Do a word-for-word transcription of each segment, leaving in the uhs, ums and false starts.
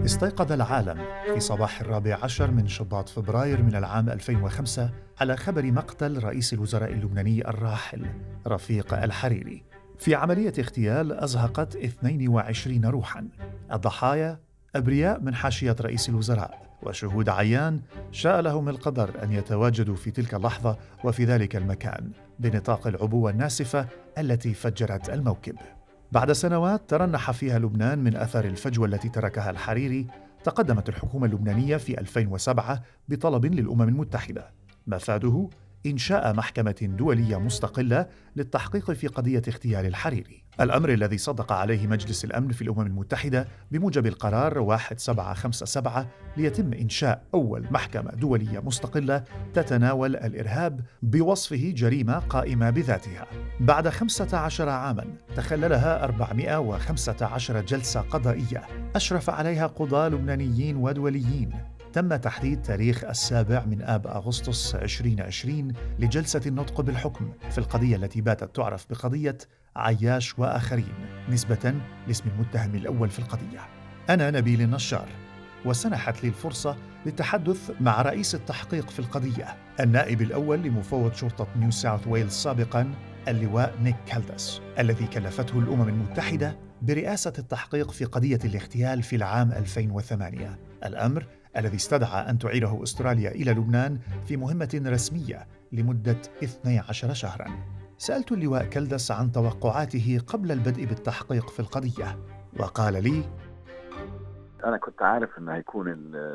استيقظ العالم في صباح الرابع عشر من شباط فبراير من العام ألفين وخمسة على خبر مقتل رئيس الوزراء اللبناني الراحل رفيق الحريري في عملية اغتيال أزهقت اثنين وعشرين روحاً. الضحايا أبرياء من حاشية رئيس الوزراء وشهود عيان شاء لهم القدر أن يتواجدوا في تلك اللحظة وفي ذلك المكان بنطاق العبوة الناسفة التي فجرت الموكب. بعد سنوات ترنح فيها لبنان من أثر الفجوة التي تركها الحريري، تقدمت الحكومة اللبنانية في ألفين وسبعة بطلب للأمم المتحدة مفاده إنشاء محكمة دولية مستقلة للتحقيق في قضية اغتيال الحريري، الأمر الذي صدق عليه مجلس الأمن في الأمم المتحدة بموجب القرار واحد سبعة خمسة سبعة ليتم إنشاء أول محكمة دولية مستقلة تتناول الإرهاب بوصفه جريمة قائمة بذاتها. بعد خمسة عشر عاماً تخللها أربعمائة وخمسة عشر جلسة قضائية أشرف عليها قضاة لبنانيين ودوليين، تم تحديد تاريخ السابع من آب أغسطس ألفين وعشرين لجلسة النطق بالحكم في القضية التي باتت تعرف بقضية عياش وآخرين نسبة لاسم المتهم الأول في القضية. أنا نبيل النشار، وسنحت لي الفرصة للتحدث مع رئيس التحقيق في القضية، النائب الأول لمفوض شرطة نيو ساوث ويلز سابقاً اللواء نيك كالداس، الذي كلفته الأمم المتحدة برئاسة التحقيق في قضية الاغتيال في العام ألفين وثمانية، الأمر الذي استدعى أن تعيره أستراليا إلى لبنان في مهمة رسمية لمدة اثني عشر شهراً. سألت اللواء كالداس عن توقعاته قبل البدء بالتحقيق في القضية، وقال لي: أنا كنت عارف إن هيكون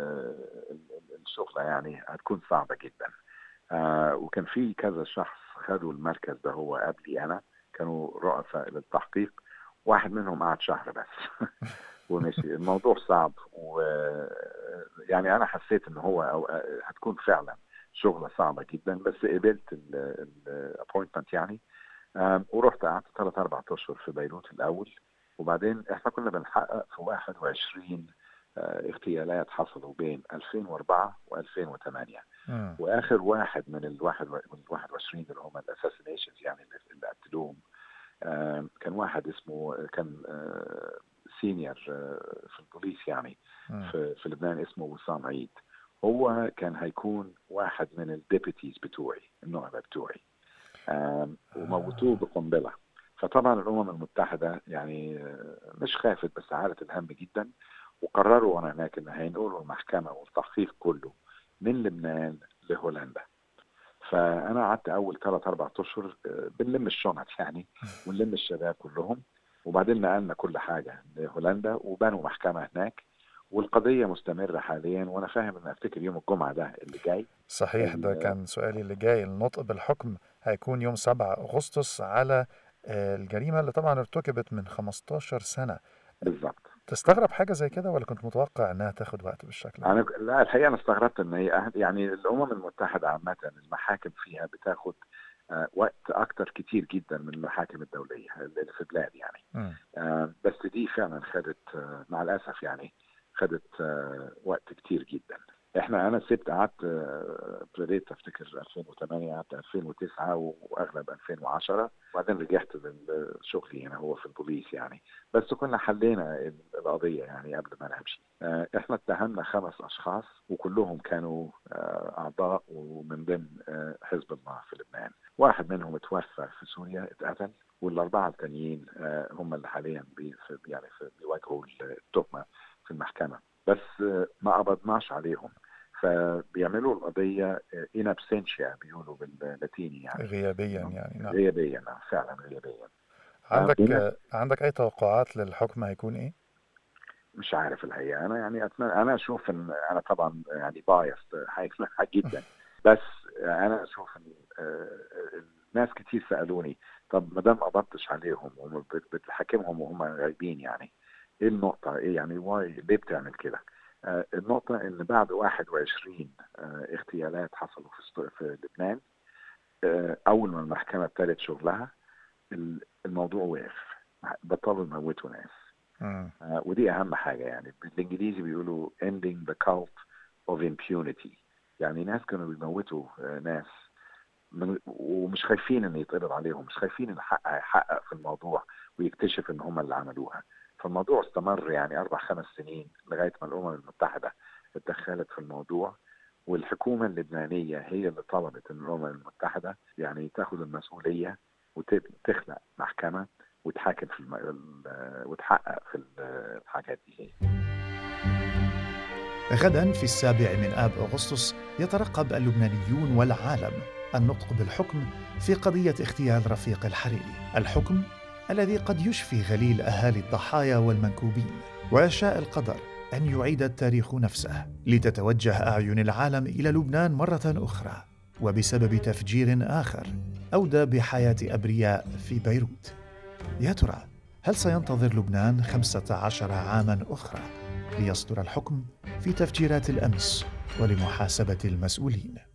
الشغلة يعني هتكون صعبة جدا. آه وكان في كذا شخص خدوا المركز ده هو قبلي، أنا كانوا رؤساء للتحقيق، واحد منهم قعد شهر بس ومشي. الموضوع صعب، ويعني أنا حسيت إن هو أو هتكون فعلا شغلة صعبة جدا، بس قبلت الابوينتمنت يعني. آه ورحت قعدت ثلاث أربع أشهر في بيروت الأول، وبعدين احنا كنا بنحقق في واحد وعشرين اه اغتيالات حصلوا بين ألفين وأربعة وألفين وثمانية، م. واخر واحد من الواحد من الواحد وعشرين اللي هم الاساسينيشنز يعني اللي قتلوهم اه كان واحد اسمه كان اه سينيور اه في البوليس يعني م. في, في لبنان، اسمه وسام عيد. هو كان هيكون واحد من الديبيتيز بتوعي، النائب بتوعي، اه وموتوه بقنبله. فطبعا الأمم المتحدة يعني مش خافت بس عارت الهم جدا، وقرروا وانا هناك ان هينقلوا المحكمة والتحقيق كله من لبنان لهولندا. فأنا قعدت أول ثلاث أربع أشهر بنلم الشنط يعني ونلم الشباب كلهم، وبعدين نقلنا كل حاجة لهولندا وبنوا محكمة هناك، والقضية مستمرة حاليا. وأنا فاهم أن أفتكر يوم الجمعة ده اللي جاي. صحيح، ده كان سؤالي اللي جاي. النطق بالحكم هيكون يوم سبعة أغسطس على الجريمة اللي طبعا ارتكبت من خمستاشر سنة. بالضبط. تستغرب حاجة زي كده ولا كنت متوقع أنها تاخد وقت بالشكل ده؟ أنا لا، الحقيقة أنا استغربت أن هي يعني الأمم المتحدة عامة المحاكم فيها بتاخد آه وقت أكتر كتير جدا من المحاكم الدولية اللي في بلاد يعني. آه بس دي فعلا خدت آه مع الأسف يعني خدت آه وقت كتير جدا. احنا انا سبت قعدت ابتديت افتكر ألفين وثمانية، قعدت ألفين وتسعة واغلب ألفين وعشرة، وبعدين رجعت لشغلي هنا هو في البوليس يعني. بس كنا حلينا القضيه يعني قبل ما نمشي. احنا اتهمنا خمس اشخاص وكلهم كانوا اعضاء ومن ضمن حزب الله في لبنان. واحد منهم اتوفى في سوريا اتقتل، والاربعه التانيين هم اللي حاليا بي يعني بيواجهوا التهمه في المحكمه، بس ما قبضناش عليهم. فبيعملوا القضية in absentia بيقولوا باللاتيني يعني غيابيا يعني. نعم، غيابيا، فعلا غيابيا. عندك عندك أي توقعات للحكم هيكون إيه؟ مش عارف الحقيقة. أنا يعني أتمنى، أنا أشوف إن أنا طبعا يعني بايست جدا، بس أنا أشوف إن الناس كتير سألوني طب ما دام قبضتش عليهم وبتحاكمهم وهم غايبين يعني إيه النقطة؟ إيه يعني واي ليه بتعمل كده؟ آه النقطة إن بعد واحد وعشرين آه اغتيالات حصلوا في, في لبنان، آه أول ما المحكمة ابتدت شغلها الموضوع وقف، بطلوا يموتوا ناس. آه ودي أهم حاجة يعني. بالإنجليزي بيقولوا ending the cult of impunity، يعني ناس كانوا بيموتوا آه ناس من ومش خايفين إن يتقبض عليهم، مش خايفين إن الحق هيحقق في الموضوع ويكتشف إن هم اللي عملوها. فالموضوع استمر يعني أربع خمس سنين لغاية ما الأمم المتحدة اتدخلت في الموضوع، والحكومة اللبنانية هي اللي طلبت أن الأمم المتحدة يعني تأخذ المسؤولية وتخلق محكمة وتحاكم في الم... وتحقق في الحاجات دي. غدا في السابع من آب أغسطس يترقب اللبنانيون والعالم النطق بالحكم في قضية اغتيال رفيق الحريري، الحكم الذي قد يشفي غليل أهالي الضحايا والمنكوبين. ويشاء القدر أن يعيد التاريخ نفسه لتتوجه أعين العالم إلى لبنان مرة أخرى، وبسبب تفجير آخر أودى بحياة أبرياء في بيروت. يا ترى هل سينتظر لبنان خمسة عشر عاماً أخرى ليصدر الحكم في تفجيرات الأمس ولمحاسبة المسؤولين؟